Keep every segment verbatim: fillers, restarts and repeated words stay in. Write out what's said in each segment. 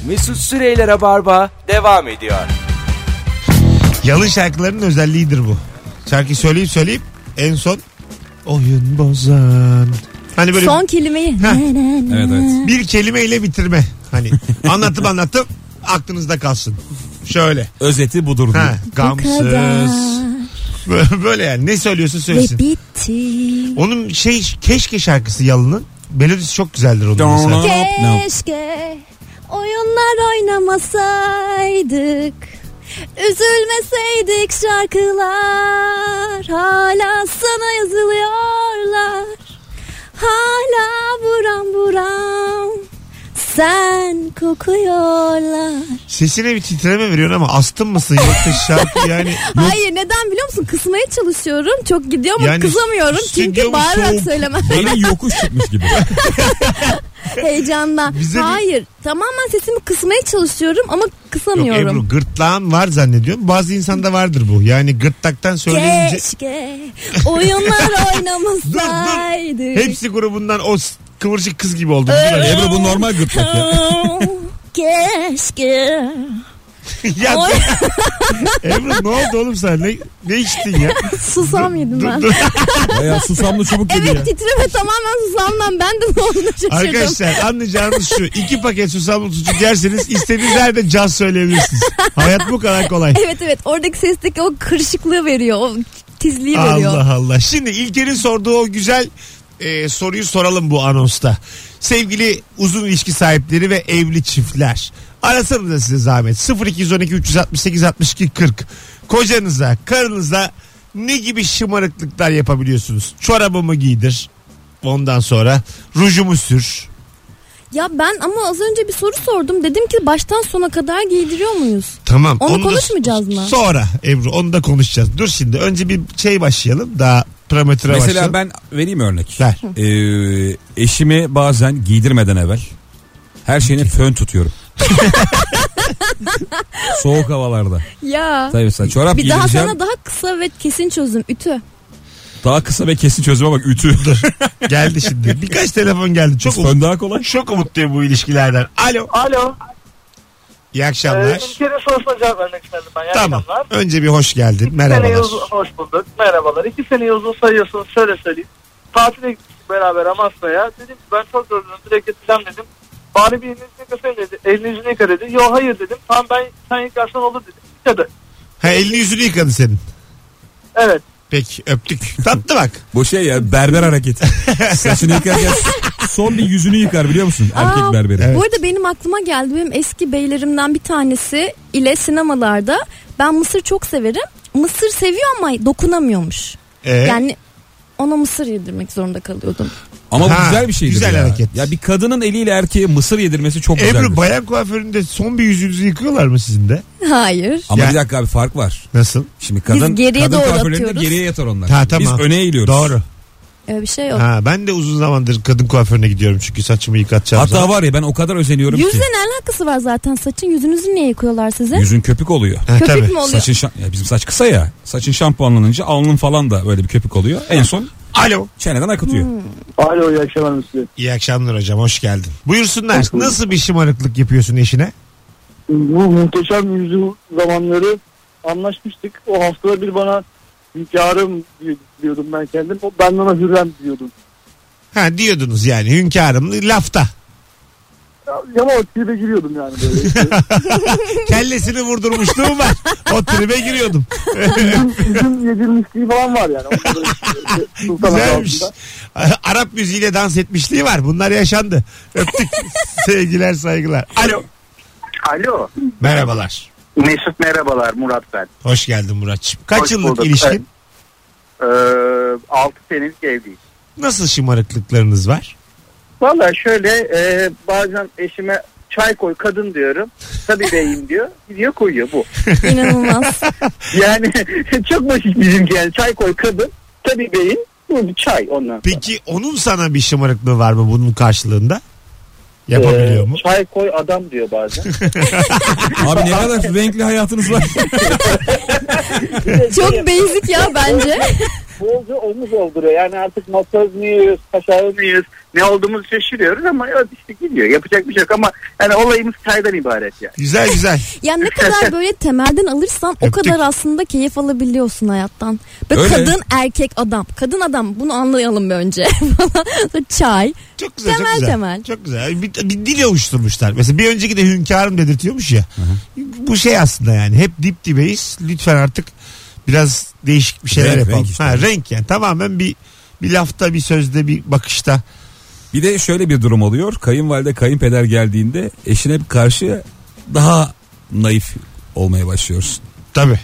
Mesut Süreyler'e barba devam ediyor. Yalın şarkılarının özelliğidir bu. Şarkıyı söyleyip söyleyip en son oyun bozan. Hani böyle son kelimeyi. Evet evet. Bir kelimeyle bitirme. Hani anlatıp anlatıp aklınızda kalsın. Şöyle. Özeti budur. Ha, gamsız. Böyle yani ne söylüyorsa söylesin. Ve bitti. Onun şey Keşke şarkısı Yalın'ın. Melodisi çok güzeldir onun. Keşke oyunlar oynamasaydık, üzülmeseydik, şarkılar hala sana yazılıyorlar. Hala buram buram sen kokuyorlar. Sesine bir titreme veriyorsun ama astım mısın yoksa şarkı yani? Hayır, neden biliyor musun? Kısmaya çalışıyorum. Çok gidiyor ama yani kısamıyorum. Çünkü bağırarak söylemem. Böyle yokuş çıkmış gibi. Heyecandan. Bize Hayır. Bir... Tamamen sesimi kısmaya çalışıyorum ama kısamıyorum. Yok Ebru, gırtlağın var zannediyorum. Bazı insanda vardır bu. Yani gırtlaktan söyleyince. Keşke oyunlar oynamasaydık. Dur, dur. Hepsi grubundan o kıvırcık kız gibi oldu. Ebru bu normal gırtlak ya. Keşke. Ya Ebru ne oldu oğlum sen? Ne, ne içtin ya? Susam yedim ben. Ya susamlı çubuk gibi evet, ya. Evet, titreme tamamen susamdan. Ben de ne olduğunu şaşırdım. Arkadaşlar anlayacağınız şu. iki paket susamlı sucuk yerseniz istediğiniz yerde caz söyleyebilirsiniz. Hayat bu kadar kolay. Evet evet, oradaki sesteki o kırışıklığı veriyor. O tizliği Allah veriyor. Allah Allah. Şimdi İlker'in sorduğu o güzel e, soruyu soralım bu anonsta. Sevgili uzun ilişki sahipleri ve evli çiftler. Arasanız da size zahmet. sıfır iki on iki üç altı sekiz altmış iki kırk. Kocanıza, karınıza ne gibi şımarıklıklar yapabiliyorsunuz? Çorabımı giydir. Ondan sonra rujumu sür. Ya ben ama az önce bir soru sordum. Dedim ki baştan sona kadar giydiriyor muyuz? Tamam. Onu, onu konuşmayacağız mı? Sonra Ebru onu da konuşacağız. Dur şimdi önce bir şey başlayalım. Daha parametre Mesela başlayalım. ben vereyim örnek. Ver. Ee, eşimi bazen giydirmeden evvel her şeyine fön tutuyorum. Soğuk havalarda. Ya. Tabii sen çorap bir giydireceğim. daha sana daha kısa ve kesin çözüm. Ütü. Daha kısa ve kesin çözüme bak, ütü. Geldi şimdi. Birkaç telefon geldi. Çok fön daha kolay. Çok umutluyum bu ilişkilerden. Alo. Alo. İyi akşamlar. Ee, İlker'in sorusuna cevap vermek istedim ben. İyi tamam. akşamlar. Önce bir hoş geldin. İki Merhabalar. Uzun, hoş bulduk. Merhabalar. İki seneyi uzun sayıyorsunuz. Şöyle söyleyeyim. Tatile gittik beraber Amasra'ya. Dedim ki ben çok yorgunum. Direkt gideceğim dedim. Bari bir elini yıkasayım dedi. Elini yüzünü yıka dedi. Yo hayır dedim. Tamam ben sen yıkarsan olur dedim. Yıkadı. Ha, elini yüzünü yıkadı senin. Evet. Peki öptük. Tatlı bak. Bu şey ya, berber hareketi. Saçını yıkarken son bir yüzünü yıkar biliyor musun? Erkek Aa, berberi. Evet. Bu arada benim aklıma geldi. Benim eski beylerimden bir tanesi ile sinemalarda ben mısır çok severim. Mısır seviyor ama dokunamıyormuş. Ee? Yani ona mısır yedirmek zorunda kalıyordum. Ama Ha, bu güzel bir şeydir güzel ya. hareket. Ya bir kadının eliyle erkeğe mısır yedirmesi çok güzel. Ebru bayan kuaföründe son bir yüzünüzü yıkıyorlar mı sizin de? Hayır. Ama Ya. bir dakika abi, fark var. Nasıl? Şimdi kadın, Biz geriye kadın doğru kuaförlerinde atıyoruz. geriye yatar onlar. Ha, tamam. Biz öne eğiliyoruz. Doğru. Öyle bir şey yok. Ha, ben de uzun zamandır kadın kuaförüne gidiyorum çünkü saçımı yıkatacağım. Hatta zaman. var ya, ben o kadar özeniyorum Yüzle ki. ne alakası var zaten saçın? Yüzünüzü niye yıkıyorlar size? Yüzün köpük oluyor. Ha, Köpük tabii. mü oluyor? Saçın şam- ya bizim saç kısa ya. Saçın şampuanlanınca alnın falan da böyle bir köpük oluyor. En son Alo. çeneden akıtıyor. Hmm. Alo, iyi akşamlar size. İyi akşamlar hocam, hoş geldin. Buyursunlar. Hoş bulduk. Nasıl bir şımarıklık yapıyorsun eşine? Bu muhteşem yüzyıl zamanları anlaşmıştık. O haftada bir bana hünkârım diyordum ben kendim. O ben ona hürrem diyordum. Ha, diyordunuz yani hünkârım lafta. Ya ama o tribe giriyordum yani böyle. Işte. Kellesini vurdurmuşluğum var. O tribe giriyordum. Üzüm, üzüm yedirmişliği falan var yani. Sultan Güzelmiş. Arap müziğiyle dans etmişliği var. Bunlar yaşandı. Öptük. Sevgiler, saygılar. Alo. Alo. Merhabalar. Mesut merhabalar, Murat ben. Hoş geldin Muratçığım. Kaç Hoş yıllık bulduk. ilişkin? Ee, altı senelik evliyiz. Nasıl şımarıklıklarınız var? Valla şöyle e, bazen eşime çay koy kadın diyorum. Tabii beyim diyor. Gidiyor koyuyor bu. İnanılmaz. Yani çok basit bizimki yani, çay koy kadın. Tabii beyim, bu çay ondan sonra. Peki onun sana bir şımarıklığı var mı bunun karşılığında? Yapabiliyor Ee, mu? Çay koy adam diyor bazen. Abi ne kadar renkli hayatınız var. Çok basic ya bence. bolca omuz olduruyor. Yani artık masöz müyüz, kaşağı mıyız, ne olduğumuzu şaşırıyoruz ama işte gidiyor. Yapacak bir şey yok ama yani olayımız çaydan ibaret yani. Güzel güzel. Ya ne kadar böyle temelden alırsan o Öptük. kadar aslında keyif alabiliyorsun hayattan. Böyle Öyle. kadın, erkek, adam. Kadın, adam, bunu anlayalım bir önce. Çay. Çok güzel, Temel çok güzel. temel. Çok güzel. Bir, bir dil oluşturmuşlar. Mesela bir önceki de hünkârım dedirtiyormuş ya. Bu şey aslında yani. Hep dip dibeyiz. Lütfen artık biraz değişik bir şeyler Renk, yapalım. renk işte. Ha, renk yani. Tamamen bir bir lafta, bir sözde, bir bakışta. Bir de şöyle bir durum oluyor. Kayınvalide kayınpeder geldiğinde eşine karşı daha naif olmaya başlıyorsun. Tabii.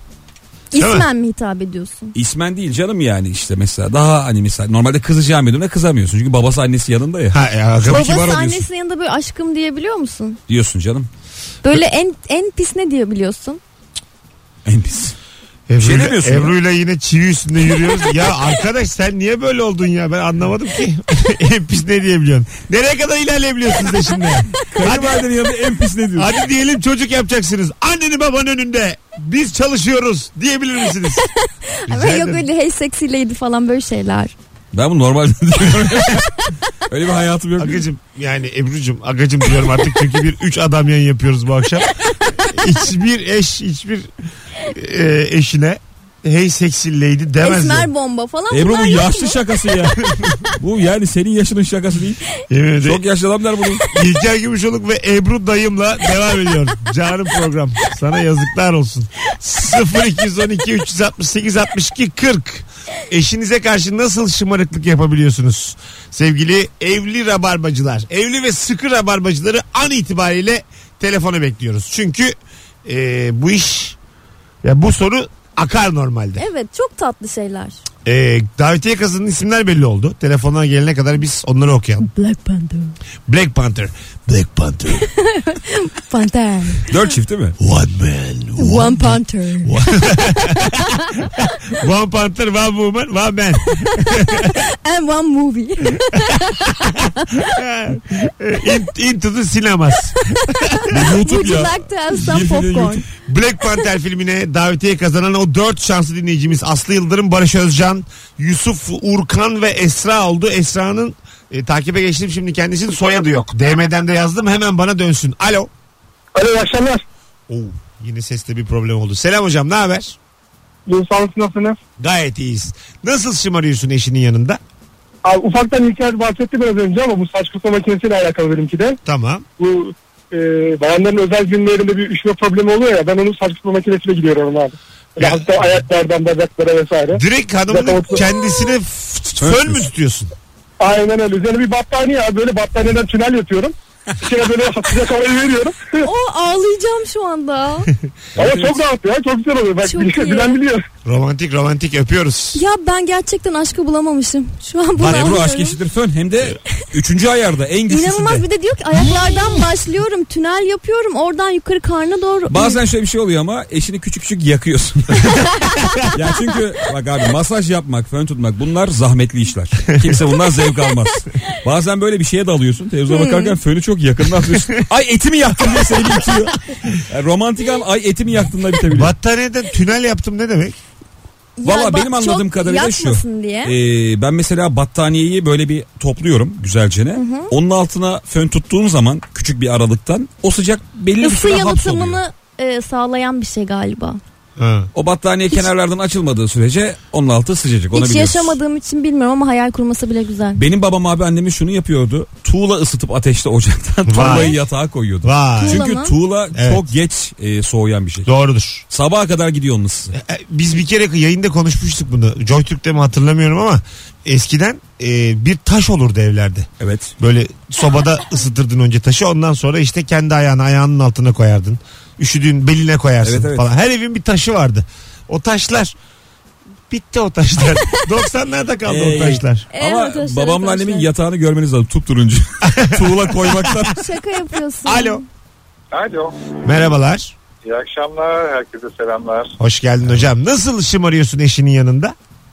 İsmen mi hitap ediyorsun? İsmen değil canım, yani işte mesela daha hani mesela normalde kızacağım dediğinde kızamıyorsun. Çünkü babası annesi yanında ya. Ha, ya, Çok Babası kibar oluyorsun. annesinin yanında böyle aşkım diyebiliyor musun? Diyorsun canım. Böyle en en pis ne diyebiliyorsun? En pis. Ebru'yla, şey demiyorsun ya. Ebru'yla yine çivi üstünde yürüyoruz. Ya arkadaş sen niye böyle oldun ya? Ben anlamadım ki. En pis ne diyebiliyorsun? Nereye kadar ilerleyebiliyorsunuz da şimdi? Kayınvalidenin yanında en pis ne diyorsun? Hadi diyelim çocuk yapacaksınız. Annenin babanın önünde. Biz çalışıyoruz diyebilir misiniz? Rica Ama yok ederim. öyle hey sexy lady falan böyle şeyler. Ben bunu normalde diyorum. Öyle bir hayatım yok. Agacım yani Ebru'cum agacım diyorum artık çünkü bir üç adam yayın yapıyoruz bu akşam. Hiçbir eş hiçbir e, eşine hey sexy lady demez. Esmer bomba falan. Ebru bunlar bu yok yaşlı mu? şakası ya. Bu yani senin yaşının şakası değil. Yemin ederim. Çok yaşlı adamlar bunu. İlker Gümüşoluk ve Ebru dayımla devam ediyor. Canım program. Sana yazıklar olsun. sıfır iki on iki üç altı sekiz altmış iki kırk. Eşinize karşı nasıl şımarıklık yapabiliyorsunuz? Sevgili evli rabarbacılar. Evli ve sıkı rabarbacıları an itibariyle telefona bekliyoruz. Çünkü e, bu iş ya bu soru akar normalde. Evet, çok tatlı şeyler. E, davetiye kazanın isimler belli oldu. Telefona gelene kadar biz onları okuyalım. Black Panther. Black Panther. Black Panther. Panther. Dört çift değil mi? One man. One, One Panther. one Panther, one woman, one man. And one movie. In, into the cinemas. Would YouTube you ya. like to have some Bir video popcorn? YouTube. Black Panther filmine davetiye kazanan o dört şanslı dinleyicimiz Aslı Yıldırım, Barış Özcan, Yusuf Urkan ve Esra oldu. Esra'nın e, takibe geçtim şimdi, kendisinin soyadı yok. D M'den de yazdım, hemen bana dönsün. Alo. Alo, iyi akşamlar. Oo, yine seste bir problem oldu. Selam hocam, ne haber? Dün sağlık nasılsınız? Gayet iyiyiz. Nasıl şımarıyorsun eşinin yanında? Abi, ufaktan İlker bahsetti biraz önce ama bu saç kurutma makinesiyle alakalı benimki de. Tamam. Bu e, bayanların özel günlerinde bir üşüme problemi oluyor ya, ben onun saç kurutma makinesiyle gidiyorum abi. Ya. Hatta ayaklardan bacaklara vesaire. Direkt hanımının Zaten- kendisine f- fön mü tutuyorsun? Aynen öyle. Üzerine bir battaniye abi, böyle battaniyeden tünel yatıyorum. İçine böyle sıcak havayı veriyorum. O ağlayacağım şu anda. Ama çok rahat ya, çok güzel oluyor. Bak, Çok bilen, iyi. bilen biliyor. Romantik romantik öpüyoruz. Ya ben gerçekten aşkı bulamamışım. Şu an bunu Var Ebru, anlıyorum. aşk eşittir fön. Hem de üçüncü ayarda en güçlüsünde. İnanılmaz, bir de diyor ki ayaklardan başlıyorum, tünel yapıyorum, oradan yukarı karnına doğru. Bazen şöyle bir şey oluyor ama eşini küçük küçük yakıyorsun. Ya çünkü bak abi, masaj yapmak, fön tutmak, bunlar zahmetli işler. Kimse bundan zevk almaz. Bazen böyle bir şeye dalıyorsun. Televizyona bakarken fönü çok yakından atıyorsun. Ay etimi yaktın diye seni bitiyor. Yani romantik an ay etimi yaktığında bitebiliyor. Battaniyeden tünel yaptım ne demek? Ya Valla bak, benim anladığım çok kadarıyla şu. yakmasın diye. Ee, ben mesela battaniyeyi böyle bir topluyorum güzelcene. Onun altına fön tuttuğun zaman küçük bir aralıktan o sıcak belli bir Isı süre hapsoluyor. yalıtımını e, sağlayan bir şey galiba. Ha. O battaniye kenarlardan açılmadığı sürece onun altı sıcacık. Onu Hiç biliyoruz. yaşamadığım için bilmiyorum ama hayal kurması bile güzel. Benim babam abi annemin şunu yapıyordu. Tuğla ısıtıp ateşte ocaktan tuğlayı yatağa koyuyordu. Vay. Tuğla Çünkü mı? tuğla Evet. çok geç e, soğuyan bir şey. Doğrudur. Sabaha kadar gidiyor onun ısısı. E, Biz bir kere yayında konuşmuştuk bunu. JoyTürk'te mi hatırlamıyorum ama eskiden e, bir taş olurdu evlerde. Evet. Böyle sobada ısıtırdın önce taşı, ondan sonra işte kendi ayağını ayağının altına koyardın. Üşüdüğün beline koyarsın Evet, evet. falan. Her evin bir taşı vardı. O taşlar bitti, o taşlar. doksanlarda kaldı Ee, o taşlar. Evet, Ama taşlar, babamla taşlar. annemin yatağını görmeniz lazım. Tupturuncu. Tuğla koymaktan. Şaka yapıyorsun. Alo. Alo. Merhabalar. İyi akşamlar. Herkese selamlar. Hoş geldin hocam. Nasıl şımarıyorsun eşinin yanında?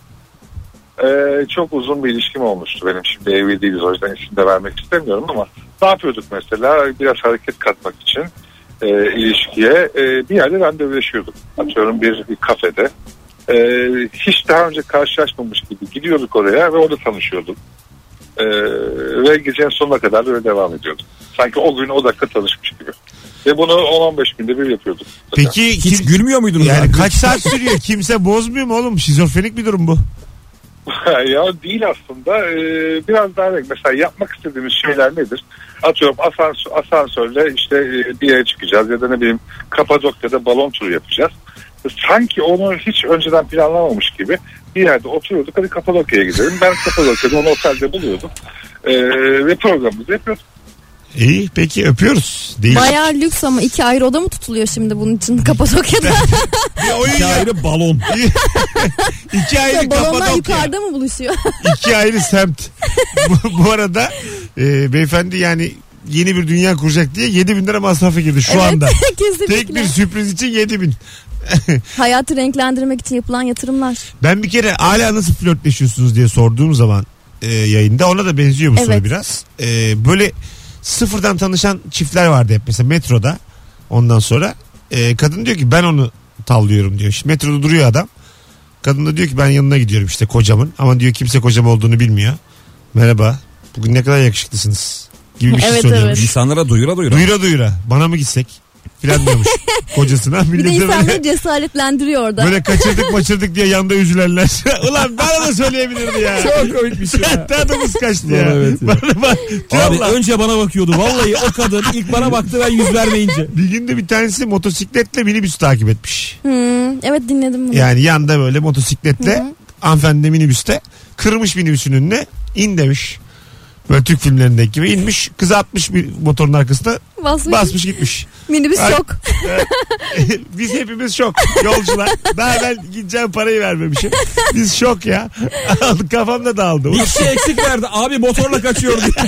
Ee, çok uzun bir ilişkim olmuştu benim. Şimdi evli değiliz, o yüzden isim de vermek istemiyorum ama ne yapıyorduk mesela? Biraz hareket katmak için e, ilişkiye e, bir yerde randevuleşiyorduk. Atıyorum bir, bir kafede. Ee, hiç daha önce karşılaşmamış gibi gidiyorduk oraya ve orada tanışıyorduk. Ee, ve gecenin sonuna kadar böyle devam ediyorduk. Sanki o gün o dakika tanışmış gibi. Ve bunu on on beş günde bir yapıyorduk. Peki Hiç kim, gülmüyor muydunuz? yani abi? kaç saat sürüyor? Kimse bozmuyor mu oğlum? Şizofrenik bir durum bu. Ya değil aslında. Ee, biraz daha mesela yapmak istediğimiz şeyler nedir? Atıyorum asansör, asansörle işte e, bir yere çıkacağız ya da ne bileyim Kapadokya'da balon turu yapacağız. Sanki onu hiç önceden planlamamış gibi bir yerde oturuyorduk. Hadi Kapadokya'ya gidelim. Ben Kapadokya'da onu otelde buluyordum. Ee, ve programımızı yapıyorduk. İyi peki öpüyoruz. Değil. Bayağı lüks ama iki ayrı oda mı tutuluyor şimdi bunun için Kapadokya'da? Bir oyun İki ya. ayrı balon. İki ayrı Balonlar Kapadokya. yukarıda mı buluşuyor? İki ayrı semt. bu, bu arada e, beyefendi yani yeni bir dünya kuracak diye yedi bin lira masrafa girdi şu Evet, anda. kesinlikle. Tek bir sürpriz için yedi bin. Hayatı renklendirmek için yapılan yatırımlar. Ben bir kere hala nasıl flörtleşiyorsunuz diye sorduğum zaman e, yayında ona da benziyor bu soru Evet. biraz. E, böyle sıfırdan tanışan çiftler vardı hep mesela metroda. Ondan sonra e, kadın diyor ki ben onu tavlıyorum diyor. Şimdi metroda duruyor adam. Kadın da diyor ki ben yanına gidiyorum işte kocamın. Ama diyor kimse kocam olduğunu bilmiyor. Merhaba bugün ne kadar yakışıklısınız gibi bir şey Evet, söylüyormuş. evet. İnsanlara duyura duyura. Duyura duyura bana mı gitsek filan diyormuş kocasına. Bir de Millete insanları böyle, cesaretlendiriyor orada. böyle kaçırdık maçırdık diye yanda üzülenler. Ulan bana da söyleyebilirdi ya. Çok komik bir şey ya. Tadımız kaçtı ya. Evet ya. Bana bak. Abi Vallahi. önce bana bakıyordu. Vallahi o kadın ilk bana baktı ben yüz vermeyince. Bir günde bir tanesi motosikletle minibüs takip etmiş. Hmm, evet dinledim bunu. Yani yanda böyle motosikletle hanımefendi minibüste kırmış minibüsün önüne in demiş. Böyle Türk filmlerindeki gibi inmiş. Kızı atmış bir motorun arkasına Basmış. basmış gitmiş. Minibüs Ay- yok. Biz hepimiz şok. Yolcular. Daha ben gideceğim parayı vermemişim. Biz şok ya. Kafam da dağıldı. Bir şey eksik verdi. Abi motorla kaçıyor diye.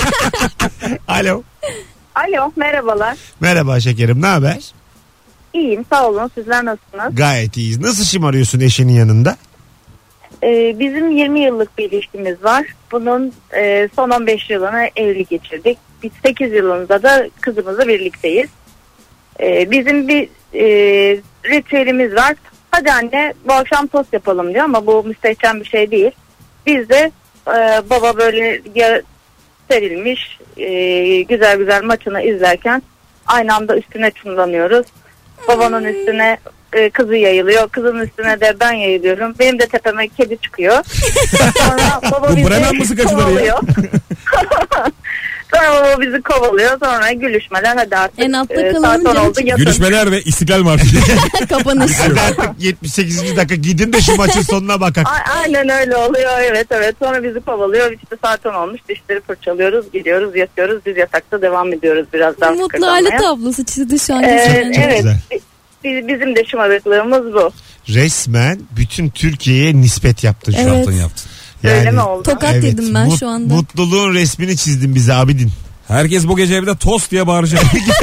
Alo. Alo, merhabalar. Merhaba şekerim, ne haber? İyiyim, sağ olun. Sizler nasılsınız? Gayet iyiyiz. Nasıl şımarıyorsun eşinin yanında? Ee, bizim yirmi yıllık bir ilişkimiz var. Bunun e, son on beş yılını evli geçirdik. Biz sekiz yılında da kızımızla birlikteyiz. Ee, bizim bir e, ritüelimiz var. Hadi anne bu akşam tost yapalım diyor ama bu müstehcen bir şey değil. Biz de e, baba böyle ya, serilmiş e, güzel güzel maçını izlerken aynı anda üstüne çullanıyoruz. Babanın üstüne e, kızı yayılıyor. Kızın üstüne de ben yayılıyorum. Benim de tepeme kedi çıkıyor. Sonra baba Bu bizi Bremen mızıkacıları ya. kovalıyor. Sonra baba bizi kovalıyor. Sonra gülüşmeler hadi artık. En altta e, kalanın saat on canı oldu çıkıyor. yatın. Gülüşmeler ve İstiklal Marşı. Kapanış. Hadi artık yetmiş sekizinci dakika gidin de şu maçın sonuna bakak. A- Aynen öyle oluyor, evet evet. Sonra bizi kovalıyor. İşte saat on olmuş. Dişleri fırçalıyoruz. Gidiyoruz, yatıyoruz. Biz yatakta devam ediyoruz biraz daha Mutlu kıkırdamaya. aile tablosu çizdi şu an. Ee, gözümün önünde. evet. güzel. Bi- Bizim de şımarıklığımız bu. Resmen bütün Türkiye'ye nispet yaptın şu Evet. an. Yaptın yaptın. Öyle mi oldu? Tokat yedim ben şu anda. Mutluluğun resmini çizdin bize abidin. Herkes bu gece evde tost diye bağıracak.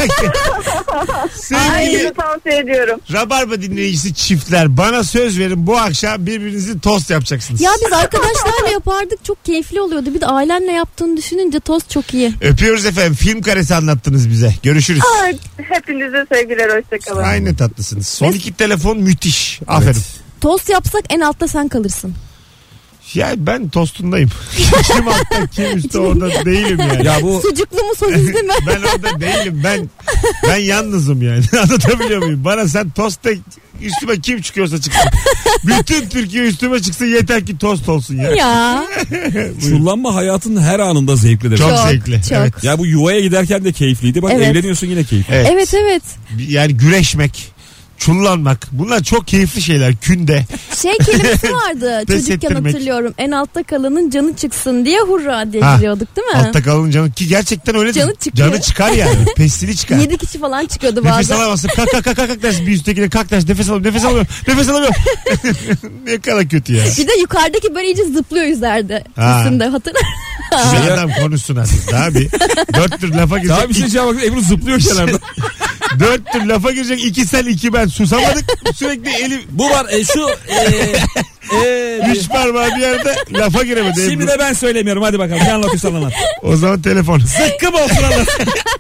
Sevgili Aynı tavsiye ediyorum. Rabarba dinleyicisi çiftler bana söz verin bu akşam birbirinizi tost yapacaksınız. Ya biz arkadaşlarla yapardık, çok keyifli oluyordu. Bir de ailenle yaptığını düşününce tost çok iyi. Öpüyoruz efendim. Film karesi anlattınız bize. Görüşürüz. Ay, hepinize sevgiler, hoşçakalın. Aynı tatlısınız. Son iki telefon müthiş. Aferin. Tost yapsak en altta sen kalırsın. Ya ben tostundayım. Kim altta kim üstte orada değilim yani. Ya bu Sucuklu mu sosisli mi? Ben orada değilim. Ben ben yalnızım yani. Anlatabiliyor muyum? Bana sen tostta üstüme kim çıkıyorsa çıksın. Bütün Türkiye üstüme çıksın yeter ki tost olsun ya. Ya çullanma hayatın her anında zevklidir. Çok, Çok, zevkli. çok. Evet. Ya bu yuvaya giderken de keyifliydi. Bak Evet. evleniyorsun yine keyifli. Evet. evet evet. Yani güreşmek, çullanmak. Bunlar çok keyifli şeyler. Künde. Şey kelimesi vardı Pes çocukken ettirmek. hatırlıyorum. En altta kalanın canı çıksın diye hurra diye Ha. giriyorduk değil mi? Altta kalın canı ki gerçekten öyle. Canı çıkıyor. Canı çıkar yani. Pestili çıkar. Yedi kişi falan çıkıyordu Nefes bazen. alamazsın. Kalk kalk kalk kalk dersin. Bir üsttekine kalk dersin. Nefes alamıyorum. Nefes alamıyorum. Nefes alamıyorum. Ne kadar kötü ya. Bir de yukarıdaki böyle iyice zıplıyor yüzerde. Ha. Üstünde hatırlar. Şu adam konuşsun artık. Daha bir dört tür lafa girecek. Daha bir şey cevap bak Ebru zıplıyor kenarda. Dört tür lafa girecek. İki sen iki ben. Susamadık. Sürekli eli Bu var e, şu e, e, üç parmağı bir yerde lafa giremedi. şimdi Ebru. de ben söylemiyorum hadi bakalım ne anlatıyorsan anlat. O zaman telefon. Zıkkım olsun anlat.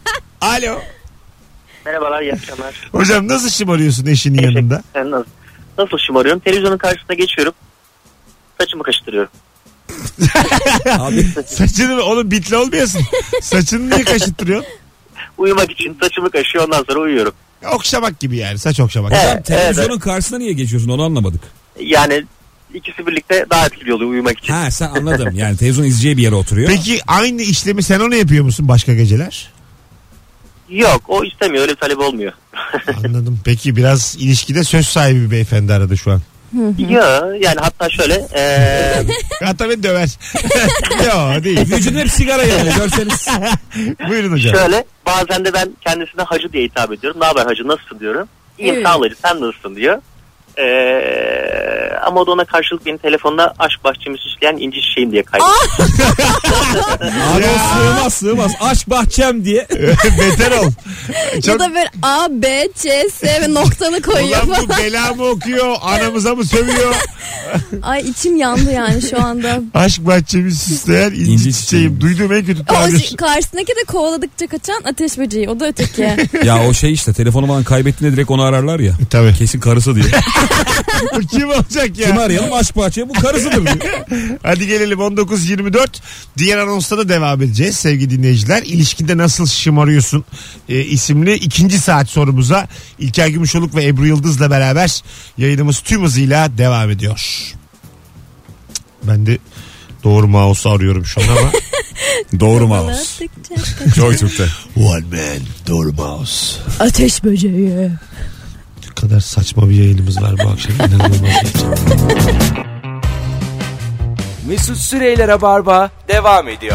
Alo. Merhabalar, iyi akşamlar. Hocam nasıl şımarıyorsun eşinin yanında? Sen nasıl? Nasıl şımarıyorum? Televizyonun karşısına geçiyorum. Saçımı kaşıtırıyorum. Abi Saçını mı? Oğlum bitli olmayasın. Saçını niye kaşıttırıyorsun? Uyumak için saçımı kaşıyor, ondan sonra uyuyorum. Okşamak gibi yani. Saç okşamak. Evet. televizyonun karşısına niye geçiyorsun onu anlamadık. Yani ikisi birlikte daha etkili oluyor uyumak için. Ha sen anladım. Yani televizyon izleyeceği bir yere oturuyor. Peki aynı işlemi sen ona yapıyor musun başka geceler? Yok, o istemiyor, öyle bir talep olmuyor. Anladım. Peki biraz ilişkide söz sahibi bir beyefendi aradı şu an. Ya yani hatta şöyle ee... Hatta beni döver. Yok değil. Vücudun hep sigara yanıyor görseniz. Buyurun hocam. şöyle bazen de ben kendisine hacı diye hitap ediyorum. Ne haber hacı, nasılsın diyorum. İyiyim Evet. sağ ol hacı, sen nasılsın diyor. Ee, ama o da ona karşılık benim telefonda aşk bahçemi süsleyen inci çiçeğim diye kaydediyor. Abi o sığmaz sığmaz. Aşk bahçem diye. Beter ol. Ya Çok... da böyle A, B, C, S ve noktanı koyuyor Ulan bu falan. bela mı okuyor? Anamıza mı sövüyor? Ay içim yandı yani şu anda. Aşk bahçemi süsleyen inci, İnci çiçeğim. çiçeğim. Duyduğum en kötü O tabir. şey- karşısındaki de kovaladıkça kaçan ateş böceği. O da öteki. Ya o şey işte telefonu falan kaybettiğinde direkt onu ararlar ya. Tabii. Kesin karısı diye. Bu kim olacak ya? Kim arayalım? Aşk bahçeye bu karısıdır diyor. Hadi gelelim on dokuz yirmi dört. Diğer anonsta da devam edeceğiz sevgili dinleyiciler. İlişkide nasıl şımarıyorsun e, isimli ikinci saat sorumuza İlker Gümüşoluk ve Ebru Yıldız'la beraber yayınımız tüm hızıyla devam ediyor. Ben de doğru mouse'u arıyorum şu an ama. Doğru mouse. Joy Türk'te. One man doğru mouse. Ateş böceği. Ne kadar saçma bir yayınımız var bu akşam. İnanılmaz. Mesut Süreyler'e barba devam ediyor.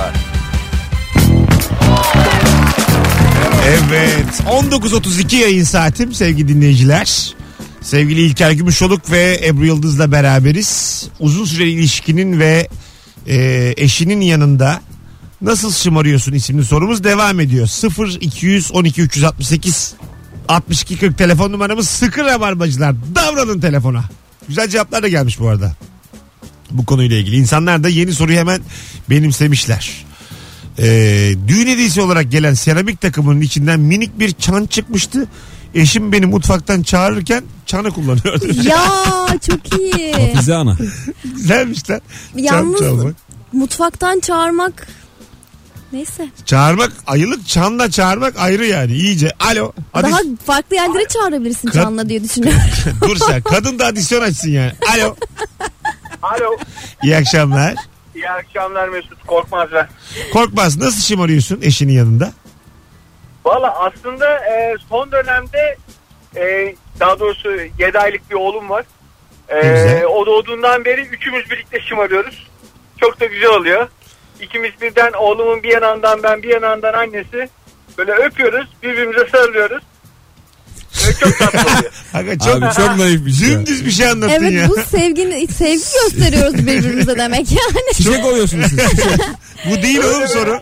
Evet on dokuz otuz iki yayın saatim sevgili dinleyiciler. Sevgili İlker Gümüşoluk ve Ebru Yıldız'la beraberiz. Uzun süreli ilişkinin ve e, eşinin yanında nasıl şımarıyorsun isimli sorumuz devam ediyor. sıfır iki on iki üç altı sekiz altmış iki kırk telefon numaramız. Sıkı rabarbacılar davranın telefona. Güzel cevaplar da gelmiş bu arada bu konuyla ilgili. İnsanlar da yeni soruyu hemen benimsemişler. Ee, düğün hediyesi olarak gelen seramik takımının içinden minik bir çan çıkmıştı. Eşim beni mutfaktan çağırırken çanı kullanıyordu. Ya çok iyi. Hafize ana. Güzelmiş lan. Yalnız Çan çalmak. mutfaktan çağırmak. Neyse. Çağırmak ayılık, çanla çağırmak ayrı yani iyice. Alo. Hadi. Daha farklı yerlere çağırabilirsin Kad- canla diye düşünüyorum. Dur sen. Kadın da adisyon açsın yani. Alo. Alo. İyi akşamlar. İyi akşamlar Mesut, Korkmaz ben. Korkmaz. Nasıl şımarıyorsun eşinin yanında? Valla aslında e, son dönemde e, daha doğrusu yedi aylık bir oğlum var. Ne güzel. E, o doğduğundan beri üçümüz birlikte şımarıyoruz. Çok da güzel oluyor. İkimiz birden, oğlumun bir yanından ben, bir yanından annesi. Böyle öpüyoruz, birbirimize sarılıyoruz. Ve çok tatlı oluyor. Hakikaten çok, Abi çok naifmiş ya. dümdüz bir şey anlattın Evet ya. bu sevgini, sevgi gösteriyoruz birbirimize demek yani. Çiçek oluyorsunuz siz. Çiçek. Bu değil oğlum soru.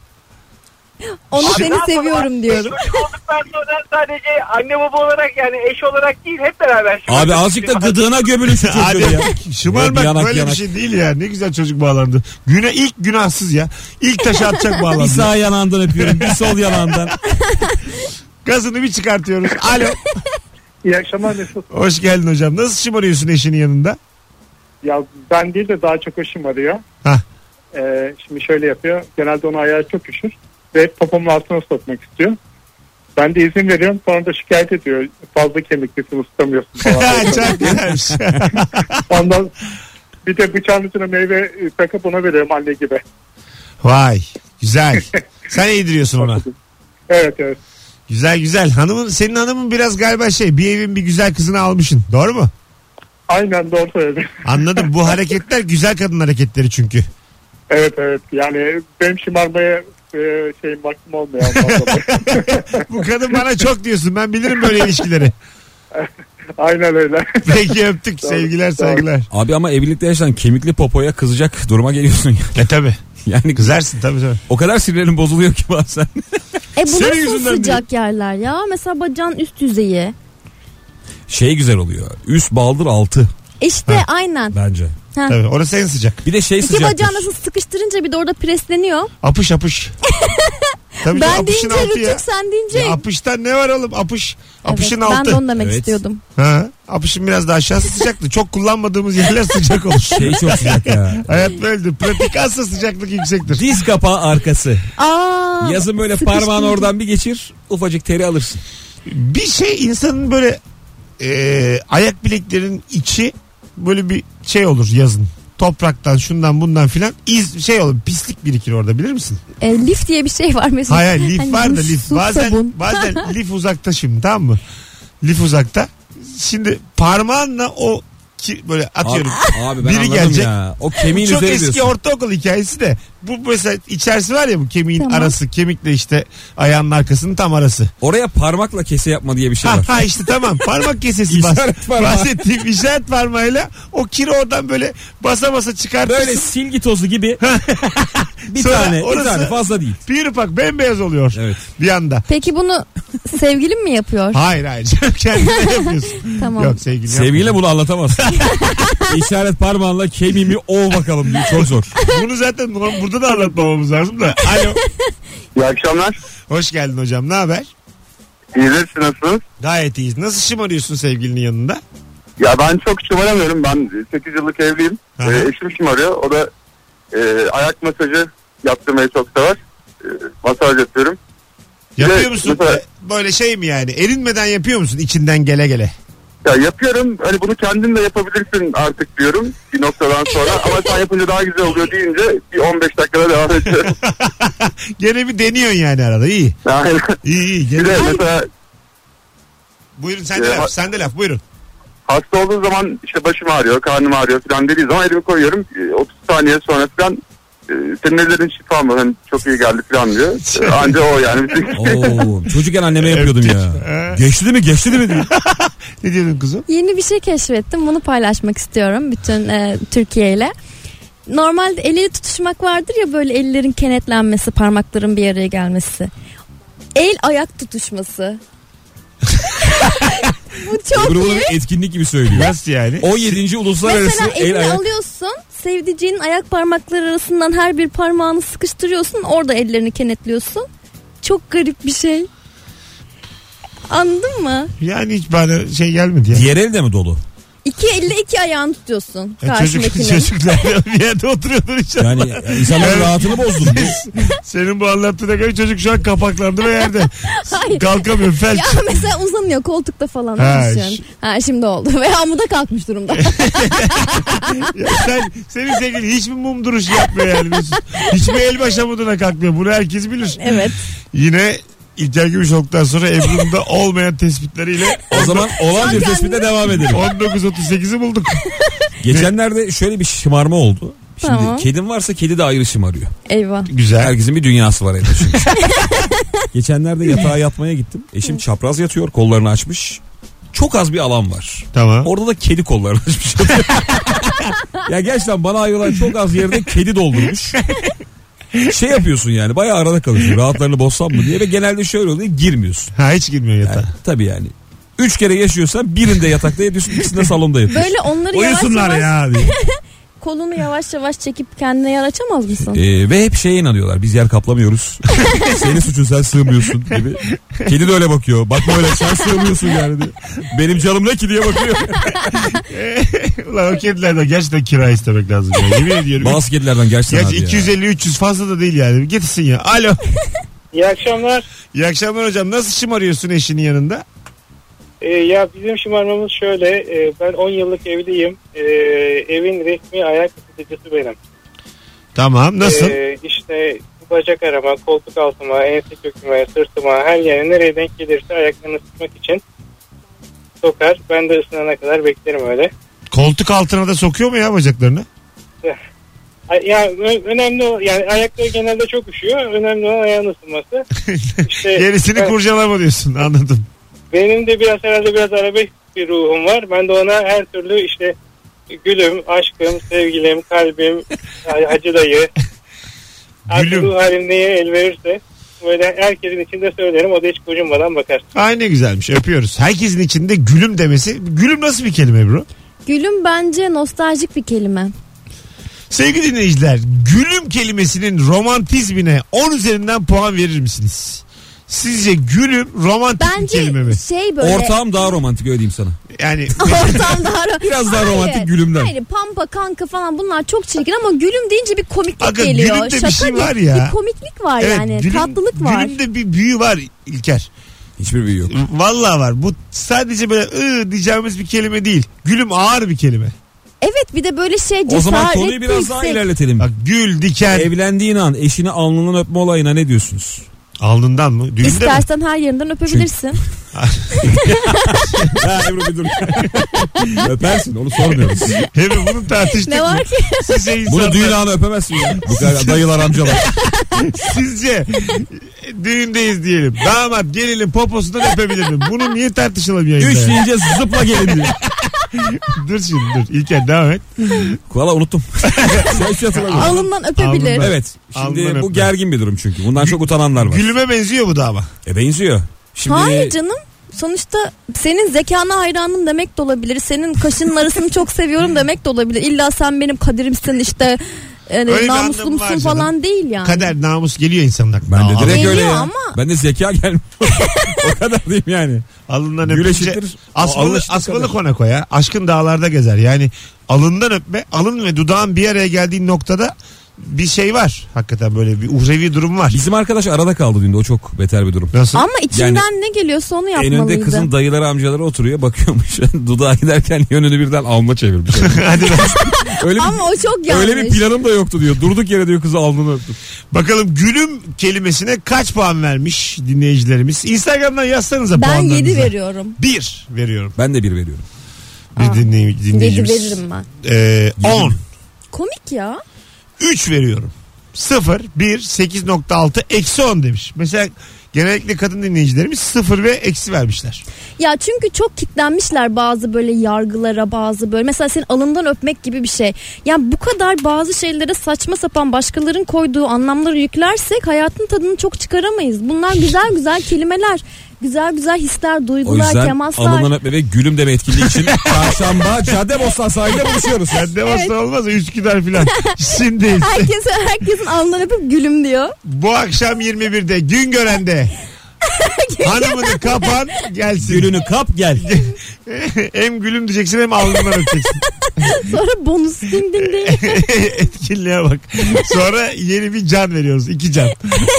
Onu Abi seni ne yapalım? seviyorum diyorum. Çocuk olduktan sonra sadece anne baba olarak, yani eş olarak değil, hep beraber Abi şımarıyoruz. azıcık da gıdığına gömülün şu çocuğu Hadi ya. şımarmak Yanak, böyle yanak. bir şey değil ya. Ne güzel çocuk bağlandı. Güne ilk günahsız ya. İlk taşı atacak Bir bağlandı. sağ yanağından öpüyorum bir sol yanağından. Gazını bir çıkartıyoruz. Alo. İyi akşamlar Mesut. Hoş geldin hocam. Nasıl şımarıyorsun eşinin yanında? Ya ben değil de daha çok hoşum arıyor. Hah. Ee, şimdi şöyle yapıyor. Genelde onun ayağı çok üşür. Ve popomun altına sokmak istiyor. Ben de izin veriyorum. Sonra da şikayet ediyor. Fazla kemiklisin, ısıtamıyorsun falan. Çok güzelmiş. Ondan bir de bıçağın üstüne meyve takıp ona veriyorum anne gibi. Vay. Güzel. Sen yediriyorsun ona. Evet evet. Güzel güzel. Hanımın, senin hanımın biraz galiba şey, bir evin bir güzel kızını almışsın. Doğru mu? Aynen doğru söyledin. Anladım. Bu hareketler güzel kadın hareketleri çünkü. Evet evet. Yani benim şımarmaya e, şeyim vaktim olmuyor. Bu kadın bana çok diyorsun. Ben bilirim böyle ilişkileri. Aynen öyle. Peki öptük. Sevgiler saygılar. Abi ama evlilikte yaşanan kemikli popoya kızacak duruma geliyorsun ya. E tabi. Yani Kızarsın tabi tabi. o kadar sinirlerin bozuluyor ki bazen. E bu Senin nasıl yüzünden sıcak yerler ya? Mesela bacağın üst yüzeyi. Şey güzel oluyor. Üst baldır altı İşte Ha. aynen. bence. Tabii orası en sıcak. Bir de şey İki sıcaktır. bacağı nasıl sıkıştırınca bir de orada presleniyor. Apış apış. Tabii Ben canım, apışın deyince altı ya. rütük, sen deyince. Ya apıştan ne var oğlum? Apış. Apışın Evet, ben altı. de onu demek Evet. istiyordum. Ha, Apışın biraz daha aşağısı sıcaktı. Çok kullanmadığımız yerler sıcak olur. Şey çok sıcak ya. Hayat böyledir. Pratik azsa sıcaklık yüksektir. Diz kapağı arkası. Aa, Yazın böyle sıkıştırıcı. parmağını oradan bir geçir. Ufacık teri alırsın. Bir şey insanın böyle e, ayak bileklerinin içi böyle bir şey olur yazın. Topraktan şundan bundan filan iz şey olur, pislik birikir orada, bilir misin? E, lif diye bir şey var mesela. Hayır, lif Hani var da bu lif su, bazen sabun. bazen lif uzakta şimdi, tamam mı? Lif uzakta. Şimdi parmağınla o ki, böyle atıyorum. Abi, abi ben biri anladım gelecek. ya. O kemiğin Çok üzeri eski diyorsun. ortaokul hikayesi de. Bu mesela içerisi var ya, bu kemiğin Tamam. arası, kemikle işte ayağının arkasının tam arası. Oraya parmakla kese yapma diye bir şey Ha, var. ha işte tamam, parmak kesesi bas. İşaret parmağı. Bahsettiğim işaret parmağıyla o kiri oradan böyle basa basa çıkartırsın. Böyle silgi tozu gibi bir Sonra tane, bir orası- tane fazla değil. Bir ufak bembeyaz oluyor Evet. bir anda. Peki bunu sevgilin mi yapıyor? Hayır hayır. Kendine yapıyorsun. Tamam. Yok, sevgili Sevgiyle bunu anlatamazsın. İşaret parmağınla kemiğimi ov bakalım diye, çok zor. Bunu zaten burada da anlatmamamız lazım da. Alo. İyi akşamlar. Hoş geldin hocam. Ne haber? İyidir, siz nasılsınız? Gayet iyiyiz. Nasıl şımarıyorsun sevgilinin yanında? Ya ben çok şımaramıyorum. Ben sekiz yıllık evliyim. Aha. Ee, eşim şımarıyor. O da e, ayak masajı yaptırmayı çok sever. E, masaj yapıyorum. Yapıyor Evet, musun? mesela- Böyle şey mi yani? Erinmeden yapıyor musun içinden gele gele? Ya yapıyorum. Hani bunu kendin de yapabilirsin artık diyorum bir noktadan sonra. Ama sen yapınca daha güzel oluyor deyince bir on beş dakikada devam ediyorum. Gene bir deniyorsun yani arada. İyi. Yani, İyi iyi. bir Gene... de mesela Buyurun sen de Ee, laf. ha- Sen de laf. Buyurun. hasta olduğum zaman işte başım ağrıyor, karnım ağrıyor falan dediği zaman elimi koyuyorum. E, otuz saniye sonra falan e, senin ellerin şifa mı? Hani çok iyi geldi falan diyor. E, anca o yani. Oo, çocukken anneme yapıyordum ya. Evet. Geçti değil mi? Geçti değil mi diye. Ne diyordun kızım? Yeni bir şey keşfettim. Bunu paylaşmak istiyorum bütün e, Türkiye ile. Normalde el ele tutuşmak vardır ya, böyle ellerin kenetlenmesi, parmakların bir araya gelmesi. El ayak tutuşması. Bu çok Bunu iyi. bir etkinlik gibi söylüyor. Nasıl yani? on yedinci uluslararası Mesela elini el ayak. alıyorsun, sevdiceğinin ayak parmakları arasından her bir parmağını sıkıştırıyorsun, orada ellerini kenetliyorsun. Çok garip bir şey. Anladın mı? Yani hiç bana şey gelmedi ya. Diğer el de mi dolu? İki elle iki ayağını tutuyorsun Ya çocuk, karşındakinin. çocuklar bir yerde oturuyordur inşallah. Yani insanların rahatını bozdun. Senin bu anlattığına göre çocuk şu an kapaklandı ve yerde. Hayır. Kalkamıyor, felç. Ya mesela uzanıyor koltukta falan. Ha, düşün. ş- Ha şimdi oldu. Veya amuda kalkmış durumda. Ya sen, senin sevgilin hiçbir mum duruşu yapmıyor yani Mesut. Hiçbir el baş amuduna kalkmıyor. Bunu herkes bilir. Evet. Yine İlker Gümüşoluk'tan sonra Ebru'nun da olmayan tespitleriyle O zaman olan bir tespite devam edelim. on dokuz otuz sekizi bulduk. Geçenlerde şöyle bir şımarma oldu. Şimdi Tamam. kedim varsa kedi de ayrı şımarıyor. Eyvah. Güzel. Herkesin bir dünyası var evde şimdi. Geçenlerde yatağa yatmaya gittim. Eşim çapraz yatıyor, kollarını açmış. Çok az bir alan var. Tamam. Orada da kedi kollarını açmış. Ya gerçekten bana ayrılan çok az yerde kedi doldurmuş. Şey yapıyorsun yani, bayağı arada kalıyorsun. Rahatlarını bozsam mı diye, ve genelde şöyle oluyor, girmiyorsun. Ha, hiç girmiyor yatağa. Yani, tabii yani. Üç kere yaşıyorsan birinde yatakta yatıyorsun, ikisinde salonda yatıyorsun. Böyle onları yavaş Uyusunlar yavaş ya diye. kolunu yavaş yavaş çekip kendine yer açamaz mısın? Ee, ve hep şeye inanıyorlar, biz yer kaplamıyoruz. Senin suçun, sen sığmıyorsun gibi. Kedi de öyle bakıyor. Bakma öyle, sen sığmıyorsun yani diye. Benim canım ne ki diye bakıyor. Ulan o kedilerden gerçekten kira istemek lazım. Ya. Yemin ediyorum. Bazı kedilerden gerçekten Gerçi abi iki yüz elli üç yüz fazla da değil yani. Getirsin ya. Alo. İyi akşamlar. İyi akşamlar hocam. Nasıl şımarıyorsun eşinin yanında? Ee, ya bizim şımarmamız şöyle. E, ben on yıllık evliyim. E, evin resmi ayak ısıtıcısı benim. Tamam. Nasıl? Ee, işte bacak arama, koltuk altıma, ense köküme, sırtıma, her yere nereye denk gelirse ayaklarını ısıtmak için sokar. Ben de ısınana kadar beklerim öyle. Koltuk altına da sokuyor mu ya bacaklarını? Ay- Ya ö- önemli o, yani ayakları genelde çok üşüyor. Önemli olan ayağın ısınması. İşte Gerisini ben- kurcalama diyorsun. Anladım. Benim de biraz herhalde biraz arabesk bir ruhum var. Ben de ona her türlü işte gülüm, aşkım, sevgilim, kalbim, hacı dayı. Artık Gülüm. ruh halim neye el verirse böyle herkesin içinde söylerim. O da hiç gocunmadan bakar. Ay ne güzelmiş. Öpüyoruz. Herkesin içinde gülüm demesi. Gülüm nasıl bir kelime bro? Gülüm bence nostaljik bir kelime. Sevgili dinleyiciler, gülüm kelimesinin romantizmine on üzerinden puan verir misiniz? Sizce gülüm romantik bir Bence kelime mi? şey böyle. Ortağım daha romantik öyle diyeyim sana. Yani Ortam daha ro- Biraz daha Hayır, romantik gülümden. Hayır, pampa kanka falan bunlar çok çirkin ama gülüm deyince bir komiklik Aga, geliyor. gülümde bir Şaka şey değil, var ya. Bir komiklik var evet, yani. gülüm, Tatlılık var. Gülümde bir büyü var İlker. Hiçbir büyü yok. Vallahi var. Bu sadece böyle ı diyeceğimiz bir kelime değil. Gülüm ağır bir kelime. Evet, bir de böyle şey O zaman cesaretli, konuyu biraz daha yüksek. ilerletelim. Bak gül, diken. Evlendiğin an eşini alnından öpme olayına ne diyorsunuz? Alnından mı? Düğünde mi? İstersen her yerinden öpebilirsin. Ha Ebru bir dur. Öpersin, onu sormuyoruz. Hem bunu tartıştık Ne var mı? ki? Sizce Bunu insanlar, düğün anı öpemezsin ya. Bu kadar dayılar amcalar. sizce düğündeyiz diyelim. Damat gelinin poposundan öpebilir mi? Bunu niye tartışılamıyor? Üç yayında ya? deyince zıpla gelin diyor. Dur şimdi dur. İlker devam et. Valla unuttum. Şu an hiç hatırlamıyorum. Alnından öpebilir. Alnından. Evet. Şimdi Alnından bu öpme. gergin bir durum çünkü. Bundan çok utananlar var. Gülüme benziyor bu da ama. E benziyor. Şimdi Hayır canım. Sonuçta senin zekana hayranım demek de olabilir. Senin kaşının arasını çok seviyorum demek de olabilir. İlla sen benim kaderimsin işte yani Öyle bir namuslu anlamı var musun canım. falan değil yani. Kader, namus geliyor insanın aklına. ben de Aa, direkt Geliyor öyle ya. ama- Ben de zeka gelmiyor. O kadar diyeyim yani. Alından Gül öpünce eşittir. asmalı, Alın eşittir asmalı kadar. konako ya. Aşkın dağlarda gezer. Yani alından öpme, alın ve dudağın bir araya geldiği noktada bir şey var. Hakikaten böyle bir uhrevi durum var. Bizim arkadaş arada kaldı düğünde. O çok beter bir durum. Nasıl? Ama içinden ne geliyorsa onu En yapmalıydı. önde kızın dayıları amcaları oturuyor bakıyormuş. Dudağa giderken yönünü birden alnına çevirmiş. Hadi be. Öyle Ama o çok bir, yanlış. öyle bir planım da yoktu diyor. Durduk yere diyor kızı alnını öptüm. Bakalım gülüm kelimesine kaç puan vermiş dinleyicilerimiz? Instagram'dan yazsanıza Ben puanlarınızı. yedi veriyorum. Bir veriyorum. Ben de bir veriyorum. Bir Aa. dinley- yedi dinleyicimiz. veririm ben. Ee, on. Komik ya. üç veriyorum. sıfır, bir, sekiz nokta altı, eksi on demiş. Mesela genellikle kadın dinleyicilerimiz sıfır ve eksi vermişler. Ya çünkü çok kitlenmişler bazı böyle yargılara, bazı böyle mesela senin alından öpmek gibi bir şey. Ya bu kadar bazı şeylere saçma sapan başkalarının koyduğu anlamları yüklersek hayatın tadını çok çıkaramayız. Bunlar güzel güzel kelimeler. Güzel güzel hisler, O duygular, yüzden temaslar. alından öpme ve gülüm deme etkinliği için çarşamba Caddebostan sahilde buluşuyoruz. Ben de evet. olmaz Üsküdar filan. Şimdi Herkes, herkesin alnından öpüp gülüm diyor. bu akşam yirmi birde Güngören'de hanımını kapan gelsin. Gülünü kap gel. Hem gülüm diyeceksin hem alnından öpeceksin. Sonra bonus ding ding ding. Etkinliğe bak. Sonra yeni bir can veriyoruz. İki can.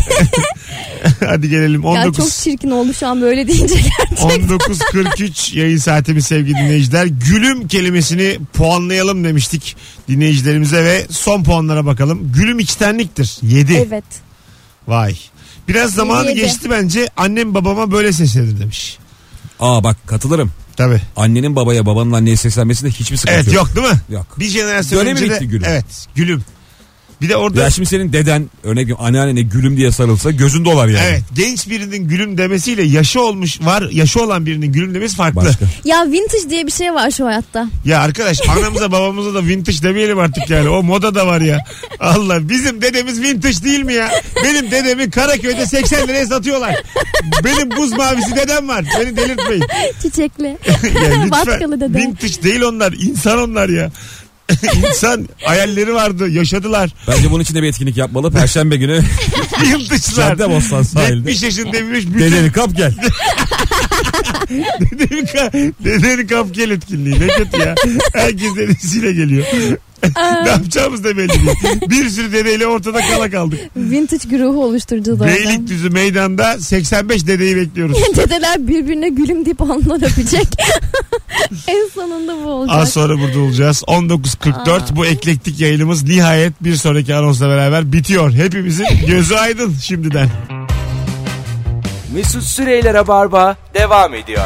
Hadi gelelim. on Ya dokuz. çok çirkin oldu şu an böyle deyince gerçekten. on dokuz kırk üç yayın saatimiz sevgili dinleyiciler. Gülüm kelimesini puanlayalım demiştik dinleyicilerimize ve son puanlara bakalım. Gülüm içtenliktir. yedi. Evet. Vay. Biraz zamanı yedi. geçti bence. Annem babama böyle seslenir demiş. Aa bak katılırım. Tabii. Annenin babaya babanın anneye seslenmesinde hiçbir sıkıntı Evet yok. yok değil mi? Yok. Bir jenerasyon Dönemi önce de. bitti gülüm. Evet gülüm. Bir de orada Ya şimdi senin deden örnek veriyorum anneannene gülüm diye sarılsa gözün dolar yani. evet genç birinin gülüm demesiyle yaşı olmuş var yaşı olan birinin gülüm demesi farklı. Başka. Ya vintage diye bir şey var şu hayatta. Ya arkadaş anamıza babamıza da vintage demeyelim artık yani. O moda da var ya. Allah bizim dedemiz vintage değil mi ya? Benim dedemi Karaköy'de seksen liraya satıyorlar. Benim buz mavisi dedem var. Beni delirtmeyin. Çiçekli. Ya Vatkalı dede. vintage değil onlar. İnsan onlar ya. İnsan hayalleri vardı. Yaşadılar. Bence bunun için de bir etkinlik yapmalı. Perşembe günü Vintage'lar. Caddebostan sahilde. yetmiş yaşını devirmiş. Bütün Dedeni kap gel. dedeni, ka dedeni kap gel etkinliği. Ne kötü ya. Herkes dedesiyle geliyor. Ne yapacağımız da belli değil. Bir sürü dedeyle ortada kala kaldık. Vintage güruhu oluşturacağız orada. Beylikdüzü meydanda seksen beş dedeyi bekliyoruz. Dedeler birbirine gülüm deyip alnından öpecek. En sonunda bu olacak. Az sonra burada olacağız. on dokuz kırk dört bu eklektik yayınımız nihayet bir sonraki anonsla beraber bitiyor. Hepimizin gözü aydın şimdiden. Mesut Süreyler'e barba devam ediyor.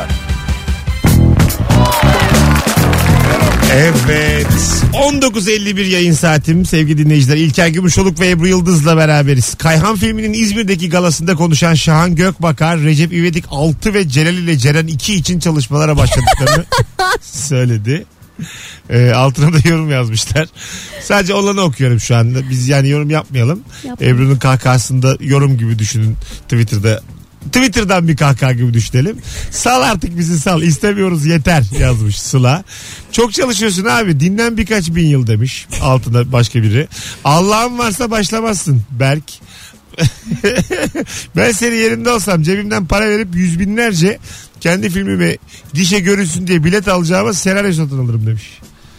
Evet. on dokuz elli bir yayın saatim sevgili dinleyiciler. İlker Gümüşoluk ve Ebru Yıldız'la beraberiz. Kayhan filminin İzmir'deki galasında konuşan Şahan Gökbakar, Recep İvedik altı ve Celal ile Ceren iki için çalışmalara başladıklarını söyledi. E, altına da yorum yazmışlar. Sadece olanı okuyorum şu anda. Biz yani yorum yapmayalım. Yapmayalım. Ebru'nun kahkahasında yorum gibi düşünün Twitter'da. Twitter'dan bir kahkaha gibi düşünelim. Sal artık bizi sal. İstemiyoruz yeter yazmış Sıla. Çok çalışıyorsun abi. Dinlen birkaç bin yıl demiş. Altında başka biri. Allah'ın varsa başlamazsın Berk. Ben senin yerinde olsam cebimden para verip yüz binlerce kendi filmime gişe görünsün diye bilet alacağıma senaryo satın alırım demiş.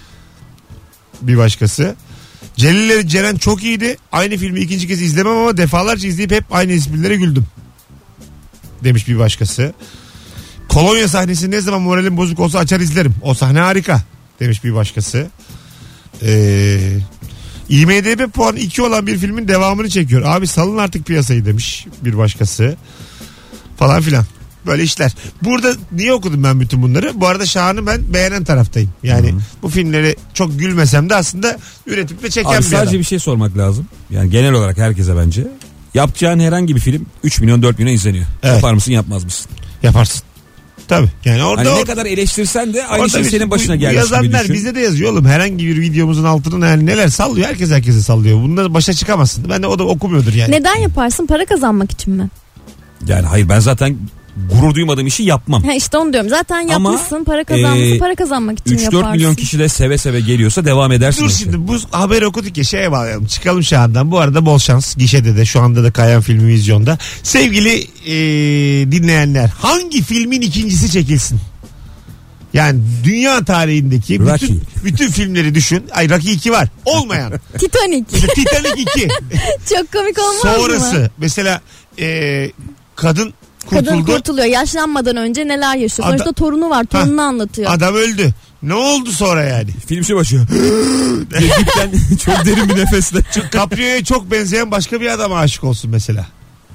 Bir başkası. Celilleri Ceren çok iyiydi. Aynı filmi ikinci kez izlemem ama defalarca izleyip hep aynı esprilere güldüm. Demiş bir başkası. Kolonya sahnesi ne zaman moralim bozuk olsa açar izlerim. O sahne harika. Demiş bir başkası. Eee... I M D B puanı iki olan bir filmin devamını çekiyor. Abi salın artık piyasayı demiş bir başkası. Falan filan. Böyle işler. Burada niye okudum ben bütün bunları? Bu arada Şahan'ı ben beğenen taraftayım. Yani Hı-hı. bu filmleri çok gülmesem de aslında üretip ve çeken abi bir sadece adam. bir şey sormak lazım. Yani genel olarak herkese bence. Yapacağın herhangi bir film üç milyon dört milyon izleniyor. Evet. Yapar mısın yapmaz mısın? Yaparsın. Tabii. Yani orada hani or- ne kadar eleştirsen de aynı şey senin başına gelmiş gibi yazanlar düşün. bizde de yazıyor oğlum. Herhangi bir videomuzun altına yani neler sallıyor. Herkes herkese sallıyor. Bunda başa çıkamazsın. Ben de o da okumuyordur yani. Neden yaparsın? Para kazanmak için mi? Yani hayır ben zaten gurur duymadığım işi yapmam. Ha işte onu diyorum. Zaten yapmışsın, ama, para kazanmışsın, e, para kazanmak için üç yaparsın. dört milyon kişi de seve seve geliyorsa devam edersin. Dur işte. şimdi bu haberi okuduk ya şeye bağlayalım. Çıkalım şu andan. Bu arada bol şans. Gişede de şu anda da Kayan filmi vizyonda. Sevgili e, dinleyenler hangi filmin ikincisi çekilsin? Yani dünya tarihindeki bütün, bütün filmleri düşün. Ay Rocky iki var. Olmayan. Titanic. Titanic iki. Çok komik olmaz mı? Sonrası. Mesela e, kadın kurtuldu. Kadın kurtuluyor. Yaşlanmadan önce neler yaşıyor. Ada- Sonuçta torunu var. Torununu ha, anlatıyor. Adam öldü. Ne oldu sonra yani? Film şey başlıyor. Dipten çok derin bir nefesle. Caprio'ya çok benzeyen başka bir adama aşık olsun mesela.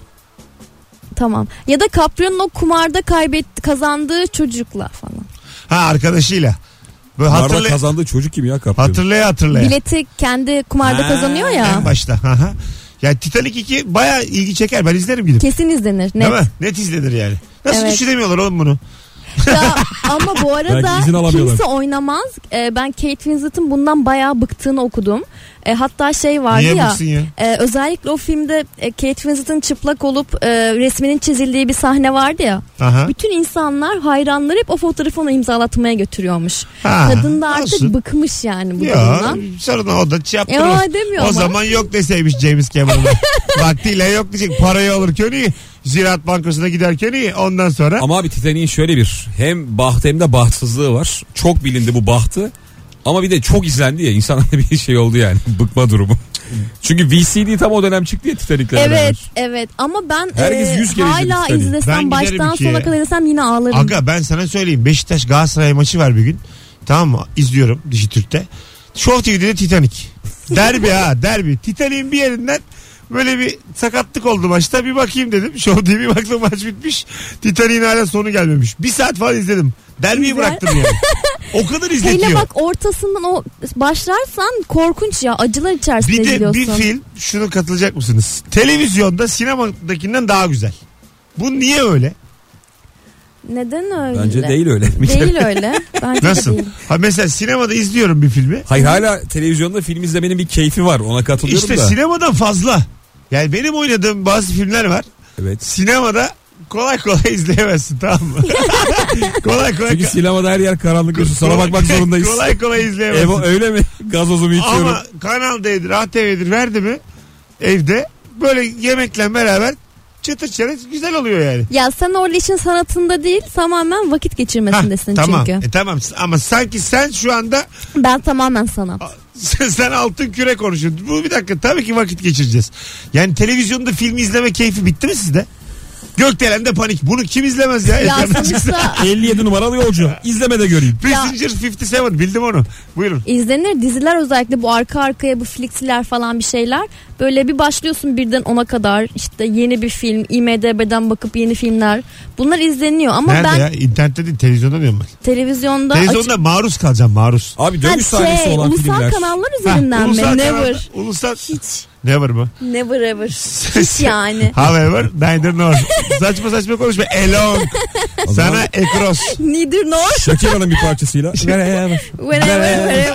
Tamam. Ya da Caprio'nun o kumarda kaybet kazandığı çocukla falan. Ha arkadaşıyla. Böyle Kumarda hatırlay- kazandığı çocuk kim ya Caprio? Hatırlaya hatırlaya. Bileti kendi kumarda ha, kazanıyor ya. En başta. Aha. Yani Titanic iki bayağı ilgi çeker. Ben izlerim gidip. Kesin izlenir. Net. Değil mi? Net izlenir yani. Nasıl Evet. düşünemiyorlar oğlum bunu? Ya, ama bu arada kimse oynamaz. Ee, ben Kate Winslet'ın bundan bayağı bıktığını okudum. Ee, hatta şey vardı Niye ya, ya? E, özellikle o filmde e, Kate Winslet'ın çıplak olup e, resminin çizildiği bir sahne vardı ya. Aha. Bütün insanlar, hayranlar hep o fotoğrafı ona imzalatmaya götürüyormuş. Ha, Kadın da artık olsun. bıkmış yani bu Ya, durumdan. sonra o da yaptırır. Ya, demiyor o ama. zaman yok deseymiş James Cameron'a. Vaktiyle yok diyecek. Parayı alırken iyi. Ziraat Bankası'na giderken iyi. Ondan sonra. Ama abi Titanic'in şöyle bir hem bahtı hem de bahtsızlığı var. Çok bilindi bu bahtı. Ama bir de çok izlendi ya, insanlarda bir şey oldu yani, bıkma durumu. Çünkü V C D tam o dönem çıktı ya Titanic'le Evet beraber. evet ama ben Herkes yüz kere izledi hala Titanic'i. Ben izlesem giderim baştan ikiye. sona kadar izlesem yine ağlarım. Aga ben sana söyleyeyim. Beşiktaş Galatasaray maçı var bir gün. Tamam mı? İzliyorum Dijitürk'te. Show T V'de de Titanic. Derbi ha derbi. Titanic'in bir yerinden böyle bir sakatlık oldu maçta. Bir bakayım dedim. Show T V baktım maç bitmiş. Titanic'in hala sonu gelmemiş. Bir saat falan izledim. Derbiyi Güzel. bıraktım yani. O kadar izletiyor. Hele bak ortasından o başlarsan korkunç ya, acılar içerisinde Bir de izliyorsun. bir film, şunu katılacak mısınız? Televizyonda sinemadakinden daha güzel. Bu niye öyle? Neden öyle? Bence değil öyle. Değil öyle. Bence Nasıl? de değil. Ha mesela sinemada izliyorum bir filmi. Hayır, hala televizyonda film izlemenin bir keyfi var, ona katılıyorum İşte da. sinemadan fazla. Yani benim oynadığım bazı filmler var. Evet. Sinemada kolay kolay izleyemezsin, tamam mı? kolay kolay. Çünkü sinemada her yer karanlık, diyorsun. Sana kolay- bakmak zorundayız. Kolay kolay izleyemezsin. Evo öyle mi? Gazozumu içiyorum. Ama Kanal D'dir, A T V'dir verdi mi evde böyle yemekle beraber çıtır çıtır güzel oluyor yani. Ya sen orada işin sanatında değil, tamamen vakit geçirmesindesin tamam. çünkü. E, tamam ama sanki sen şu anda Ben tamamen sanat. sen, sen altın küre konuşuyorsun. Bu bir dakika, tabii ki vakit geçireceğiz. Yani televizyonda film izleme keyfi bitti mi sizde? Gökdelen'de panik. Bunu kim izlemez ya? Ya Ekranda çıksa. sonuçta elli yedi numaralı yolcu. İzleme de göreyim. Passenger yetmiş yedi bildim onu. Buyurun. izlenir diziler, özellikle bu arka arkaya bu flixiler falan bir şeyler. Böyle bir başlıyorsun birden ona kadar, işte yeni bir film, I M D B'den bakıp yeni filmler. Bunlar izleniyor ama Nerede ben ya? İnternette değil, televizyonda diyorum ben. televizyonda Televizyonda maruz kalacağım, maruz. Abi Ha, dövüş sahnesi şey, olan ulusal filmler. kanallar üzerinden Ha, mi? ulusal Never. kanalda- Ulusal. Hiç. Never mı? Never ever. Hiç yani. However, neither nor. Saçma saçma konuşma. Along. Sana across. Neither nor. Shakira'nın bir parçasıyla. Whenever, wherever.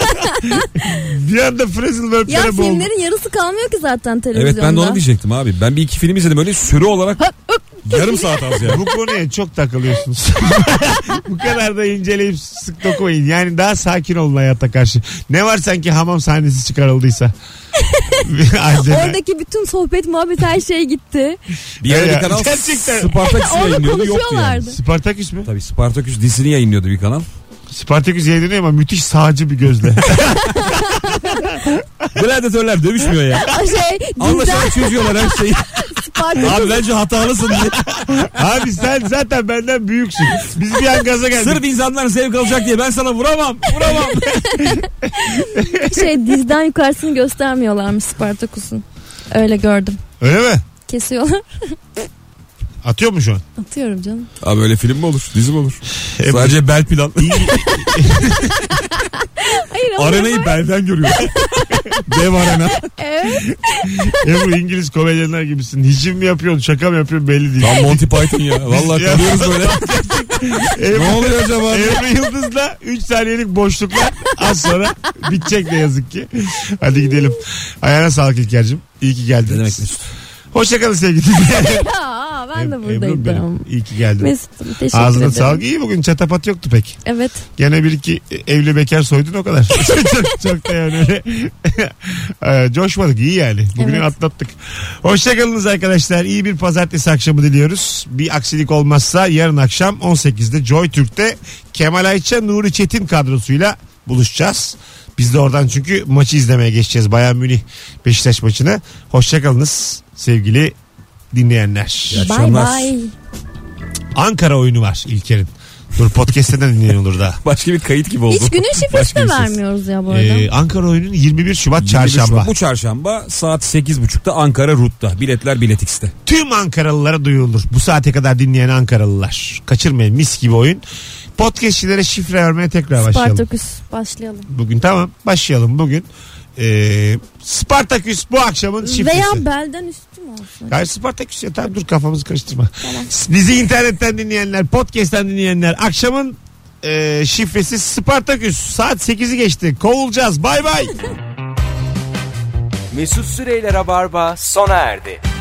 Bir anda phrasal Ya verb'lere boğuldu. filmlerin yarısı kalmıyor ki zaten televizyonda. Evet, ben de onu diyecektim abi. Ben bir iki film izledim öyle sürü olarak. Yarım saat az ya. Bu konuya çok takılıyorsunuz. Bu kadar da inceleyip sık dokumayın. Yani daha sakin olun hayata karşı. Ne var sanki hamam sahnesi çıkarıldıysa. Oradaki bütün sohbet, muhabbet, her şey gitti. Bir yere Ya, bir kanal gerçekten. Spartaküs'ü Orada yayınlıyordu, yoktu yani. konuşuyorlardı. Spartaküs mü? Tabii Spartaküs dizisini yayınlıyordu bir kanal. Spartaküs yayınlanıyor ama müthiş sağcı bir gözle. Gladyatörler dövüşmüyor ya. Şey, dizden Anlaşarak çözüyorlar her şeyi. Spartaküs. Abi bence hatalısın diye. Abi sen zaten benden büyüksün. Biz bir an gaza geldik. Sırf insanlar zevk alacak diye ben sana vuramam. Vuramam. Şey, dizden yukarısını göstermiyorlarmış Spartaküs'ün. Öyle gördüm. Öyle mi? Kesiyorlar. Atıyor mu şu an? Atıyorum canım. Abi öyle film mi olur? Dizi mi olur? E, Sadece bel plan. Hayır, ama Arenayı belden görüyor. Dev arena. evet. Ebru İngiliz komedyenler gibisin. Hicim mi yapıyorsun, şaka mı yapıyorsun belli değil. Tam Monty Python ya. Vallahi Ya. kalıyoruz böyle. Ebru, Ne oluyor acaba? Ebru Yıldız'la üç saniyelik boşluklar az sonra bitecek ne yazık ki. Hadi gidelim. Ayağına sağlık İlker'cim. İyi ki geldin. Ne demek Mesut? Hoşçakalın sevgili dinleyenler. Ya, ben de Ebru benim. buradaydım. İyi ki geldin. Mesut'um, teşekkür Ağzına ederim. sağlık. İyi, bugün çatapat yoktu pek. Evet. Gene bir iki evli bekar soydun o kadar. çok, çok da yani öyle. Ee, Coşmadık, iyi yani. Bugün Evet. atlattık. Hoşçakalınız arkadaşlar. İyi bir pazartesi akşamı diliyoruz. Bir aksilik olmazsa yarın akşam on sekizde Joy Türk'te Kemal Ayça, Nuri Çetin kadrosuyla buluşacağız. Biz de oradan çünkü maçı izlemeye geçeceğiz. Bayern Münih Beşiktaş maçını. Hoşçakalınız sevgili dinleyenler. İyi Bye akşamlar. bye. Ankara oyunu var İlker'in. Dur podcast'ten dinleyen olur da. Başka bir kayıt gibi oldu. Hiç günün şifresi Başka de bir ses. vermiyoruz ya bu arada. Ee, Ankara oyunun yirmi bir Şubat yirmi bir çarşamba. Şubat. Bu çarşamba saat sekiz buçukta Ankara Rut'ta. Biletler Bilet X'te. Tüm Ankaralılara duyurulur. Bu saate kadar dinleyen Ankaralılar. Kaçırmayın, mis gibi oyun. Podcastçilere şifre vermeye tekrar başlayalım. Spartaküs başlayalım. Bugün tamam başlayalım bugün. Ee, Spartaküs bu akşamın şifresi. Veya belden üstü mü olsun? Hayır Spartaküs ya, tamam dur kafamızı karıştırma. Tamam. Bizi internetten dinleyenler, podcast'ten dinleyenler, akşamın e, şifresi Spartaküs. Saat sekizi geçti. Kovulacağız. Bay bay. Mesut Süreyler'e barba sona erdi.